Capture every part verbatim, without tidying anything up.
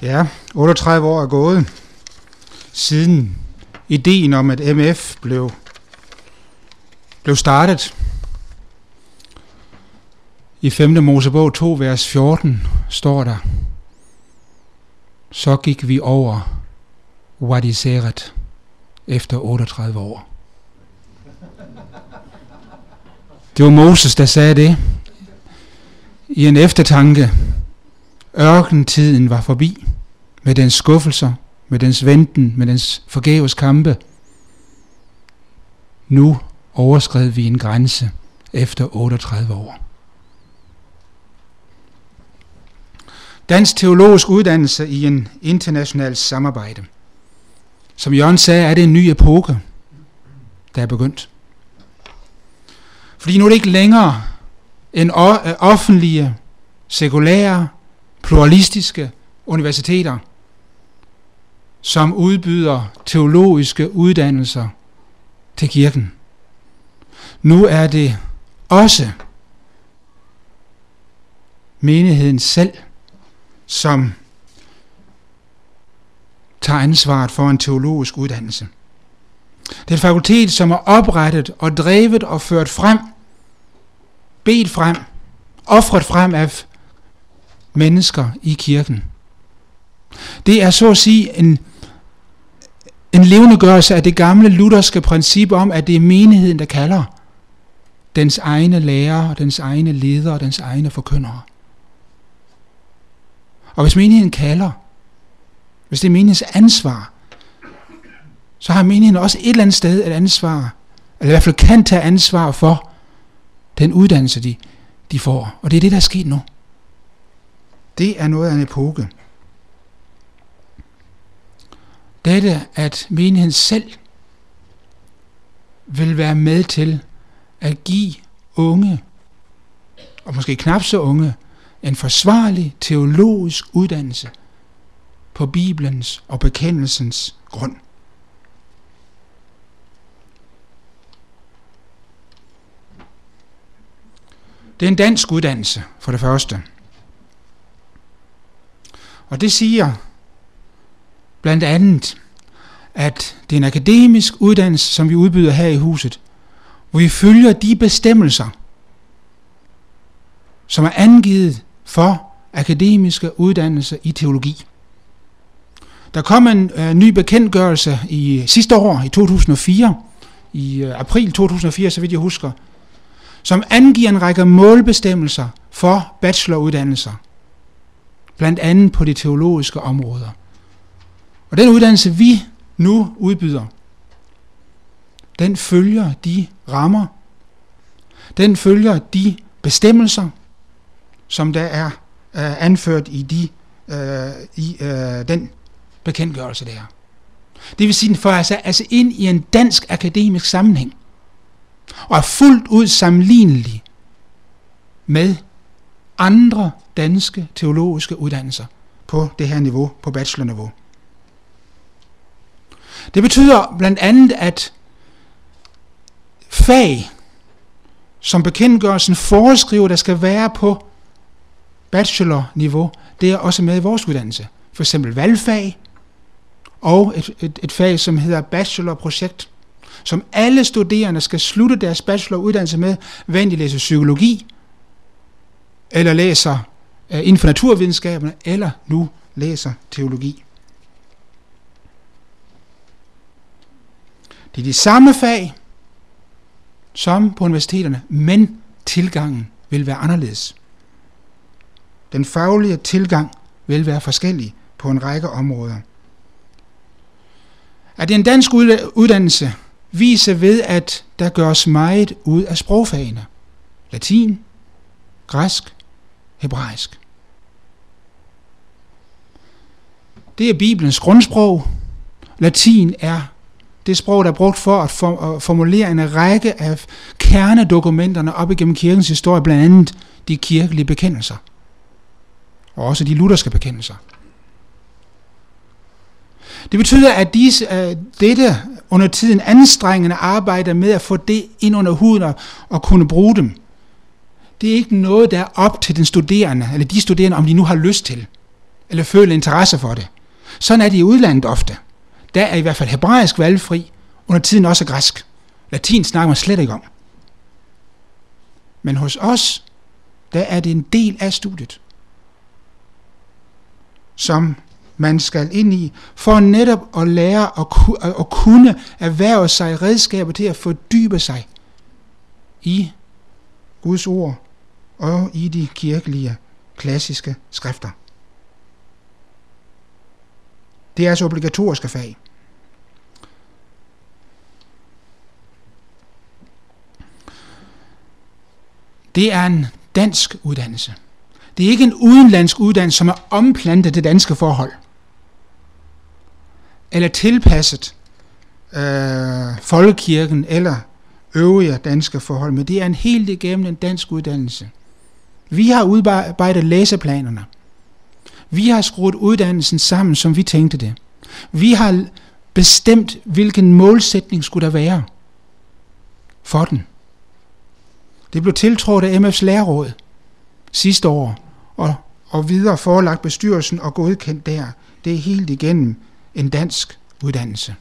Ja, otteogtredive år er gået siden ideen om, at M F blev, blev startet. I femte Mosebog to, vers fjorten, står der: Så gik vi over Wadi Seret efter otteogtredive år. Det var Moses, der sagde det. I en eftertanke. Ørkentiden var forbi, med dens skuffelser, med dens venten, med dens forgæves kampe. Nu overskred vi en grænse efter otteogtredive år. Dansk teologisk uddannelse i en international samarbejde. Som Jørgen sagde, er det en ny epoke, der er begyndt. Fordi nu er det ikke længere en offentlige, sekulære, pluralistiske universiteter, som udbyder teologiske uddannelser til kirken. Nu er det også menigheden selv, som tager ansvaret for en teologisk uddannelse. Det er et fakultet, som er oprettet og drevet og ført frem, bedt frem, offret frem af mennesker i kirken. Det er så at sige en, en levendegørelse af det gamle lutherske princip om, at det er menigheden, der kalder dens egne lærere, dens egne ledere, dens egne forkyndere. Og hvis menigheden kalder, hvis det er menighedens ansvar, så har menigheden også et eller andet sted et ansvar, eller i hvert fald kan tage ansvar for den uddannelse, de, de får. Og det er det, der er sket nu. Det er noget af en epoke. Dette, at menigheden selv vil være med til at give unge, og måske knap så unge, en forsvarlig teologisk uddannelse på Bibelens og bekendelsens grund. Det er en dansk uddannelse, for det første. Og det siger blandt andet, at det er en akademisk uddannelse, som vi udbyder her i huset, hvor vi følger de bestemmelser, som er angivet for akademiske uddannelser i teologi. Der kom en øh, ny bekendtgørelse i sidste år, i to tusind og fire, i øh, april to tusind og fire, så vidt jeg husker, som angiver en række målbestemmelser for bacheloruddannelser, blandt andet på de teologiske områder. Og den uddannelse, vi nu udbyder, den følger de rammer, den følger de bestemmelser, som der er øh, anført i, de, øh, i øh, den bekendtgørelse der. Det vil sige, den får altså, altså ind i en dansk akademisk sammenhæng, og er fuldt ud sammenlignelig med andre danske teologiske uddannelser på det her niveau, på bachelorniveau. Det betyder blandt andet, at fag, som bekendtgørelsen foreskriver, der skal være på bachelorniveau, det er også med i vores uddannelse. For eksempel valgfag og et, et, et fag, som hedder bachelorprojekt, som alle studerende skal slutte deres bacheloruddannelse med, hvad de læser psykologi, eller læser uh, inden for naturvidenskaberne, eller nu læser teologi. Det er de samme fag som på universiteterne, men tilgangen vil være anderledes. Den faglige tilgang vil være forskellig på en række områder. At det er en dansk uddannelse viser ved, at der gøres meget ud af sprogfagene. Latin, græsk, hebraisk. Det er Bibelens grundsprog. Latin er det sprog, der er brugt for at formulere en række af kernedokumenterne op igennem kirkens historie, blandt andet de kirkelige bekendelser, og også de lutherske bekendelser. Det betyder, at disse, uh, dette under tiden anstrengende arbejde med at få det ind under huden og, og kunne bruge dem, det er ikke noget, der er op til den studerende, eller de studerende, om de nu har lyst til, eller føle interesse for det. Sådan er det i udlandet ofte. Der er i hvert fald hebraisk valgfri, under tiden også græsk. Latin snakker man slet ikke om. Men hos os, der er det en del af studiet, som man skal ind i, for netop at lære at, ku- at kunne erhverve sig redskaber til at fordybe sig i Guds ord og i de kirkelige, klassiske skrifter. Det er altså obligatoriske fag. Det er en dansk uddannelse. Det er ikke en udenlandsk uddannelse, som er omplantet til danske forhold, eller tilpasset øh, folkekirken eller øvrige danske forhold, men det er en helt igennem en dansk uddannelse. Vi har udarbejdet læseplanerne. Vi har skruet uddannelsen sammen, som vi tænkte det. Vi har bestemt, hvilken målsætning skulle der være for den. Det blev tiltrådt af M F's lærerråd sidste år, og, og videre forelagt bestyrelsen og godkendt der. Det er helt igennem en dansk uddannelse.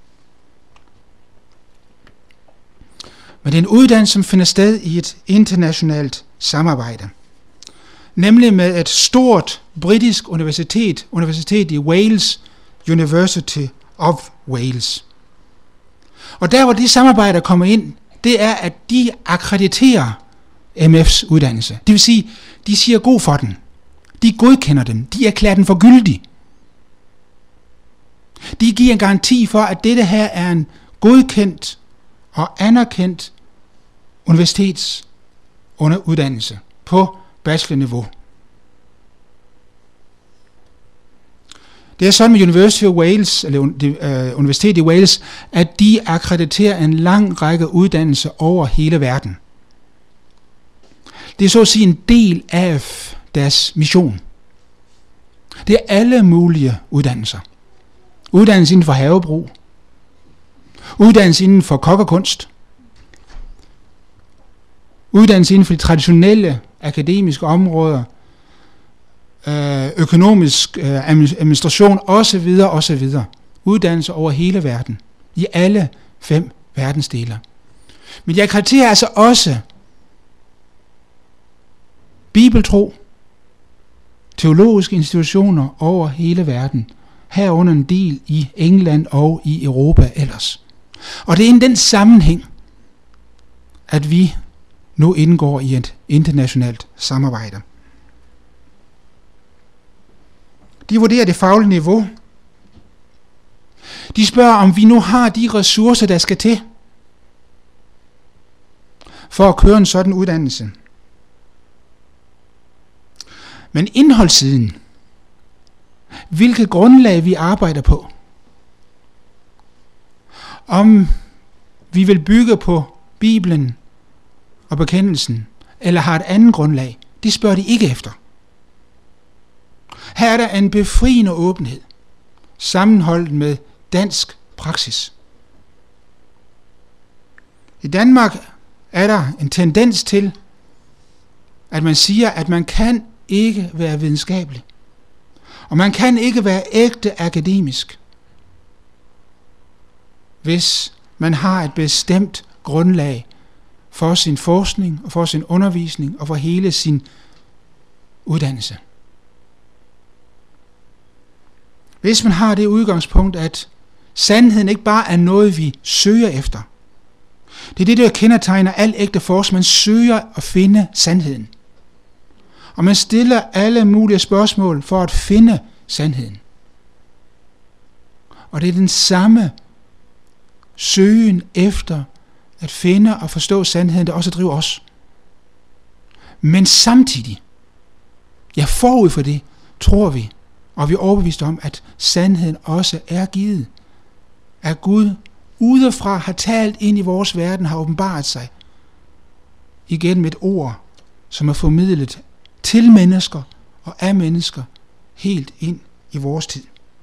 Men det er en uddannelse, som finder sted i et internationalt samarbejde. Nemlig med et stort britisk universitet, universitet i Wales, University of Wales. Og der, hvor de samarbejder kommer ind, det er, at de akkrediterer M F's uddannelse. Det vil sige, de siger god for den. De godkender den. De erklærer den for gyldig. De giver en garanti for, at dette her er en godkendt og anerkendt universitetsuddannelse på bachelorniveau. Det er sådan med University of Wales, eller uh, Universitetet i Wales, at de akkrediterer en lang række uddannelser over hele verden. Det er så at sige en del af deres mission. Det er alle mulige uddannelser. Uddannelse inden for havebrug, uddannelse inden for kokkerkunst, uddannelse inden for de traditionelle akademiske områder, økonomisk administration osv. osv. Uddannelse over hele verden, i alle fem verdensdele. Men jeg akkrediterer altså også bibeltro, teologiske institutioner over hele verden, herunder en del i England og i Europa ellers. Og det er i den sammenhæng, at vi nu indgår i et internationalt samarbejde. De vurderer det faglige niveau. De spørger, om vi nu har de ressourcer, der skal til for at køre en sådan uddannelse. Men indholdssiden, hvilket grundlag vi arbejder på, om vi vil bygge på Bibelen og bekendelsen, eller har et andet grundlag, det spørger de ikke efter. Her er der en befriende åbenhed, sammenholdt med dansk praksis. I Danmark er der en tendens til, at man siger, at man kan ikke være videnskabelig, og man kan ikke være ægte akademisk, hvis man har et bestemt grundlag for sin forskning og for sin undervisning og for hele sin uddannelse. Hvis man har det udgangspunkt, at sandheden ikke bare er noget, vi søger efter. Det er det, der kendetegner al ægte forskning. Man søger at finde sandheden. Og man stiller alle mulige spørgsmål for at finde sandheden. Og det er den samme søgen efter at finde og forstå sandheden, der også driver os. Men samtidig, ja forud for det, tror vi, og vi er overbevist om, at sandheden også er givet. At Gud udefra har talt ind i vores verden, har åbenbaret sig igennem et ord, som er formidlet til mennesker og af mennesker helt ind i vores tid.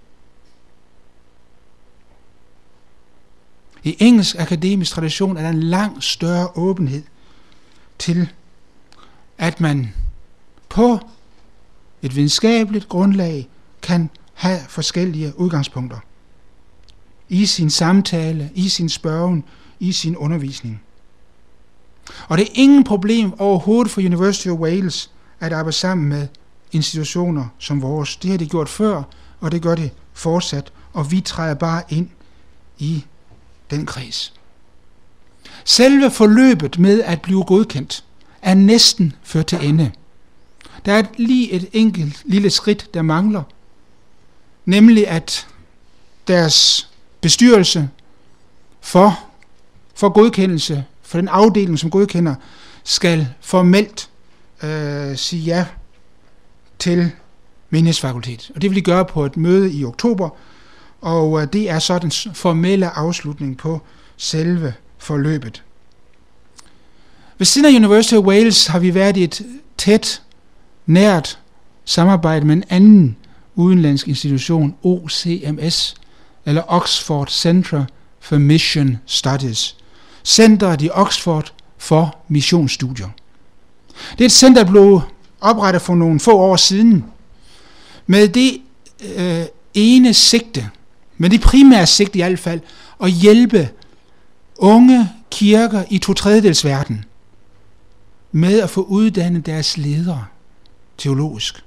I engelsk akademisk tradition er der en langt større åbenhed til, at man på et videnskabeligt grundlag kan have forskellige udgangspunkter i sin samtale, i sin spørgen, i sin undervisning. Og det er ingen problem overhovedet for University of Wales at arbejde sammen med institutioner som vores. Det har de gjort før, og det gør det fortsat, og vi træder bare ind i den kreds. Selve forløbet med at blive godkendt er næsten ført til ende. Der er lige et enkelt lille skridt, der mangler, nemlig at deres bestyrelse for, for godkendelse, for den afdeling, som godkender, skal formelt øh, sige ja til menighedsfakultet. Og det vil de gøre på et møde i oktober, og øh, det er så den formelle afslutning på selve forløbet. Ved siden af University of Wales har vi været i et tæt, nært samarbejde med en anden udenlandsk institution, O C M S, eller Oxford Centre for Mission Studies. Centeret i Oxford for missionsstudier. Det er et center, der blev oprettet for nogle få år siden, med det øh, ene sigte, med det primære sigte i hvert fald, at hjælpe unge kirker i to tredjedels verden med at få uddannet deres ledere teologisk.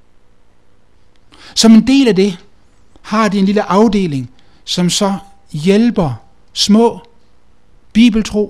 Som en del af det har de en lille afdeling, som så hjælper små bibeltro,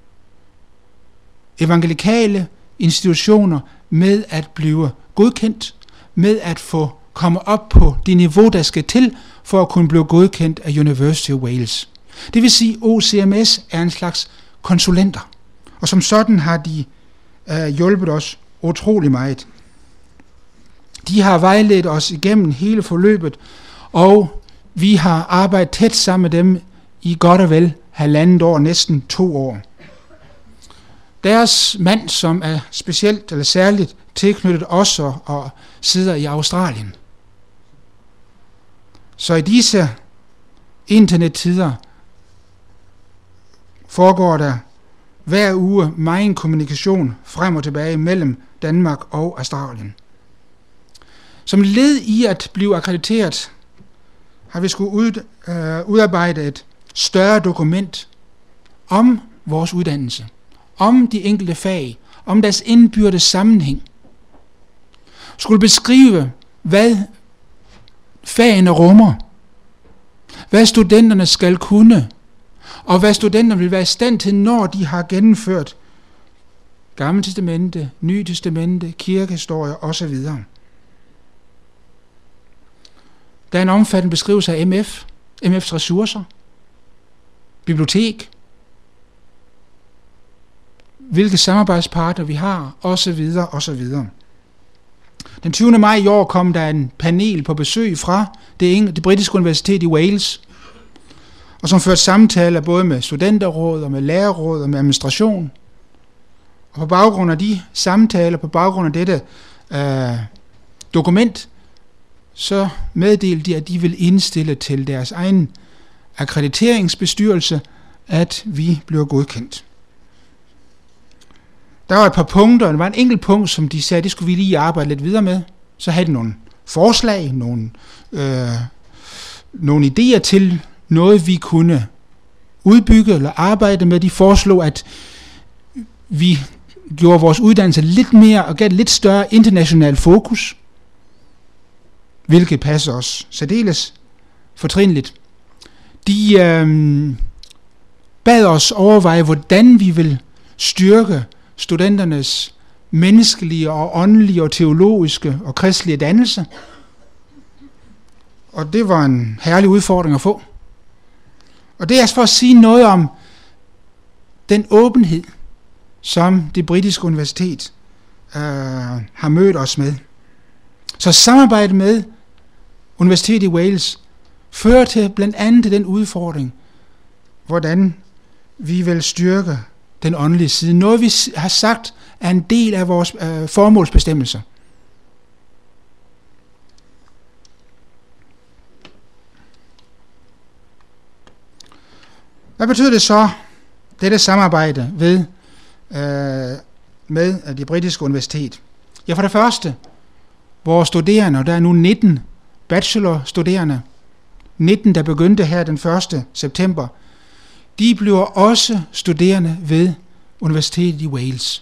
evangelikale institutioner med at blive godkendt, med at få komme op på det niveau, der skal til for at kunne blive godkendt af University of Wales. Det vil sige, at O C M S er en slags konsulenter, og som sådan har de øh, hjulpet os utrolig meget. De har vejledt os igennem hele forløbet, og vi har arbejdet tæt sammen med dem i godt og vel halvandet år, næsten to år. Deres mand, som er specielt eller særligt tilknyttet os og, og sidder i Australien. Så i disse internettider foregår der hver uge megen kommunikation frem og tilbage mellem Danmark og Australien. Som led i at blive akkrediteret, har vi skulle ud, øh, udarbejde et større dokument om vores uddannelse, om de enkelte fag, om deres indbyrdes sammenhæng. Skulle beskrive, hvad fagene rummer, hvad studenterne skal kunne, og hvad studenterne vil være i stand til, når de har gennemført Gamle Testamente, Nye Testamente, kirkehistorie osv. Der er en omfattende beskrivelse af M F, M F's ressourcer, bibliotek, hvilke samarbejdspartner vi har, osv. osv. Den tyvende maj i år kom der en panel på besøg fra det, det britiske universitet i Wales, og som førte samtaler både med studenterråd og med lærerråd og med administration. Og på baggrund af de samtaler, på baggrund af dette øh, dokument, så meddelte de, at de vil indstille til deres egen akkrediteringsbestyrelse, at vi bliver godkendt. Der var et par punkter, der var en enkelt punkt, som de sagde, det skulle vi lige arbejde lidt videre med. Så havde de nogle forslag, nogle, øh, nogle idéer til noget, vi kunne udbygge eller arbejde med. De foreslog, at vi gjorde vores uddannelse lidt mere og gav et lidt større international fokus, hvilket passer os særdeles fortrinligt. De øh, bad os overveje, hvordan vi vil styrke studenternes menneskelige og åndelige og teologiske og kristelige dannelse. Og det var en herlig udfordring at få. Og det er for at sige noget om den åbenhed, som det britiske universitet øh, har mødt os med. Så samarbejde med Universitetet i Wales fører til blandt andet til den udfordring, hvordan vi vil styrke den åndelige side. Noget vi har sagt er en del af vores øh, formålsbestemmelser. Hvad betyder det så, dette samarbejde ved, øh, med det britiske universitet? Ja, for det første, vores studerende, og der er nu nitten bachelorstuderende, nitten, der begyndte her den første september, de bliver også studerende ved Universitetet i Wales.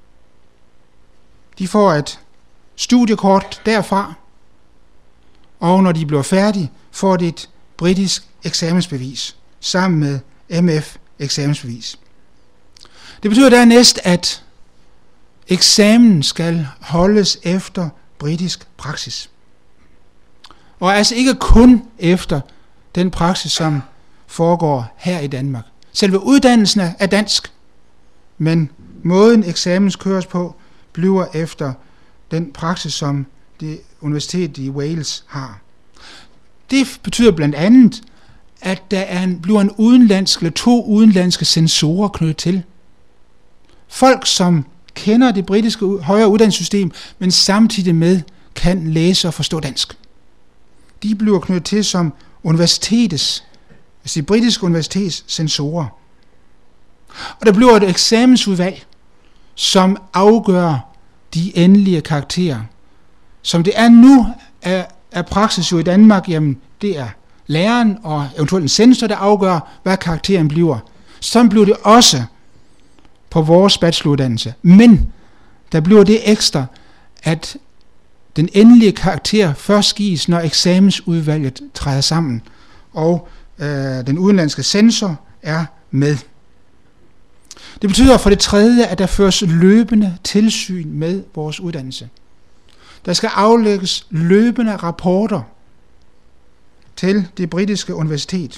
De får et studiekort derfra, og når de bliver færdige, får de et britisk eksamensbevis sammen med M F-eksamensbevis. Det betyder dernæst, at eksamen skal holdes efter britisk praksis. Og altså ikke kun efter den praksis, som foregår her i Danmark. Selve uddannelsen er dansk, men måden eksamen køres på, bliver efter den praksis, som det universitet i Wales har. Det betyder blandt andet, at der er en, bliver en udenlandsk eller to udenlandske sensorer knyttet til. Folk, som kender det britiske højere uddannelsessystem, men samtidig med kan læse og forstå dansk. De bliver knyttet til som universitetets, altså det britiske universitets sensorer. Og der bliver et eksamensudvalg, som afgør de endelige karakterer. Som det er nu, er, er praksis jo i Danmark, jamen det er læreren og eventuelt en censor, der afgør, hvad karakteren bliver. Sådan bliver det også på vores bacheloruddannelse. Men der bliver det ekstra, at den endelige karakter først gives, når eksamensudvalget træder sammen, og øh, den udenlandske censor er med. Det betyder for det tredje, at der føres løbende tilsyn med vores uddannelse. Der skal aflægges løbende rapporter til det britiske universitet.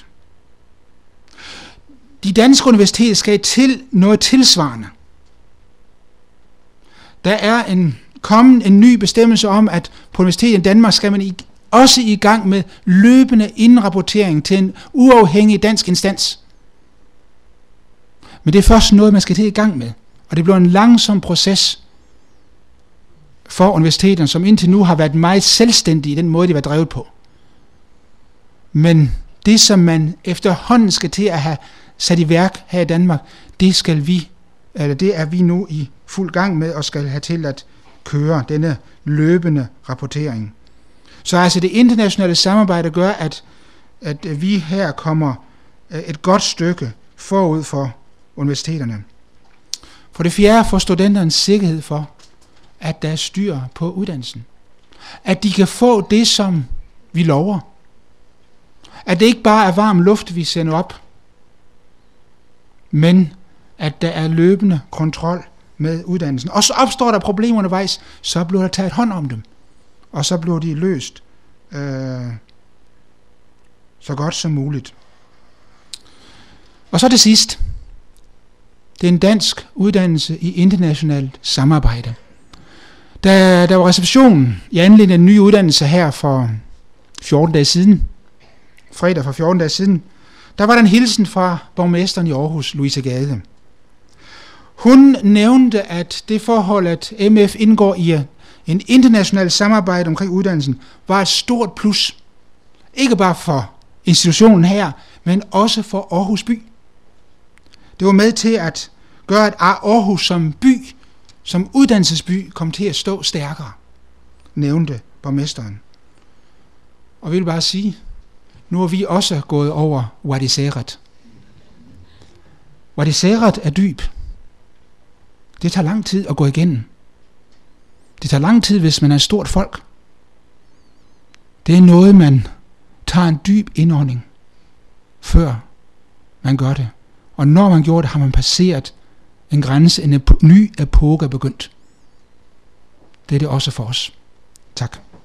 De danske universiteter skal til noget tilsvarende. Der er en kommet en ny bestemmelse om, at på universitetet i Danmark skal man i, også i gang med løbende indrapportering til en uafhængig dansk instans. Men det er først noget, man skal til i gang med. Og det bliver en langsom proces for universiteterne, som indtil nu har været meget selvstændige i den måde, de var drevet på. Men det, som man efterhånden skal til at have sat i værk her i Danmark, det skal vi, eller det er vi nu i fuld gang med og skal have til at køre denne løbende rapportering. Så altså det internationale samarbejde gør, at, at vi her kommer et godt stykke forud for universiteterne. For det fjerde får studenterne sikkerhed for, at der er styr på uddannelsen. At de kan få det, som vi lover. At det ikke bare er varm luft, vi sender op, men at der er løbende kontrol med uddannelsen. Og så opstår der problemer undervejs, så bliver der taget hånd om dem. Og så bliver de løst øh, så godt som muligt. Og så til sidst. Det er en dansk uddannelse i internationalt samarbejde. Da der var reception i anledning af den nye uddannelse her for fjorten dage siden, fredag for fjorten dage siden, der var der en hilsen fra borgmesteren i Aarhus, Louise Gade. Hun nævnte, at det forhold, at M F indgår i en international samarbejde omkring uddannelsen, var et stort plus. Ikke bare for institutionen her, men også for Aarhus by. Det var med til at gøre, at Aarhus som by, som uddannelsesby, kom til at stå stærkere, nævnte borgmesteren. Og vi vil bare sige, nu er vi også gået over Wadi Seret. Wadi Seret er dyb. Det tager lang tid at gå igennem. Det tager lang tid, hvis man er et stort folk. Det er noget, man tager en dyb indånding, før man gør det. Og når man gjorde det, har man passeret en grænse, en ep- ny epoke er begyndt. Det er det også for os. Tak.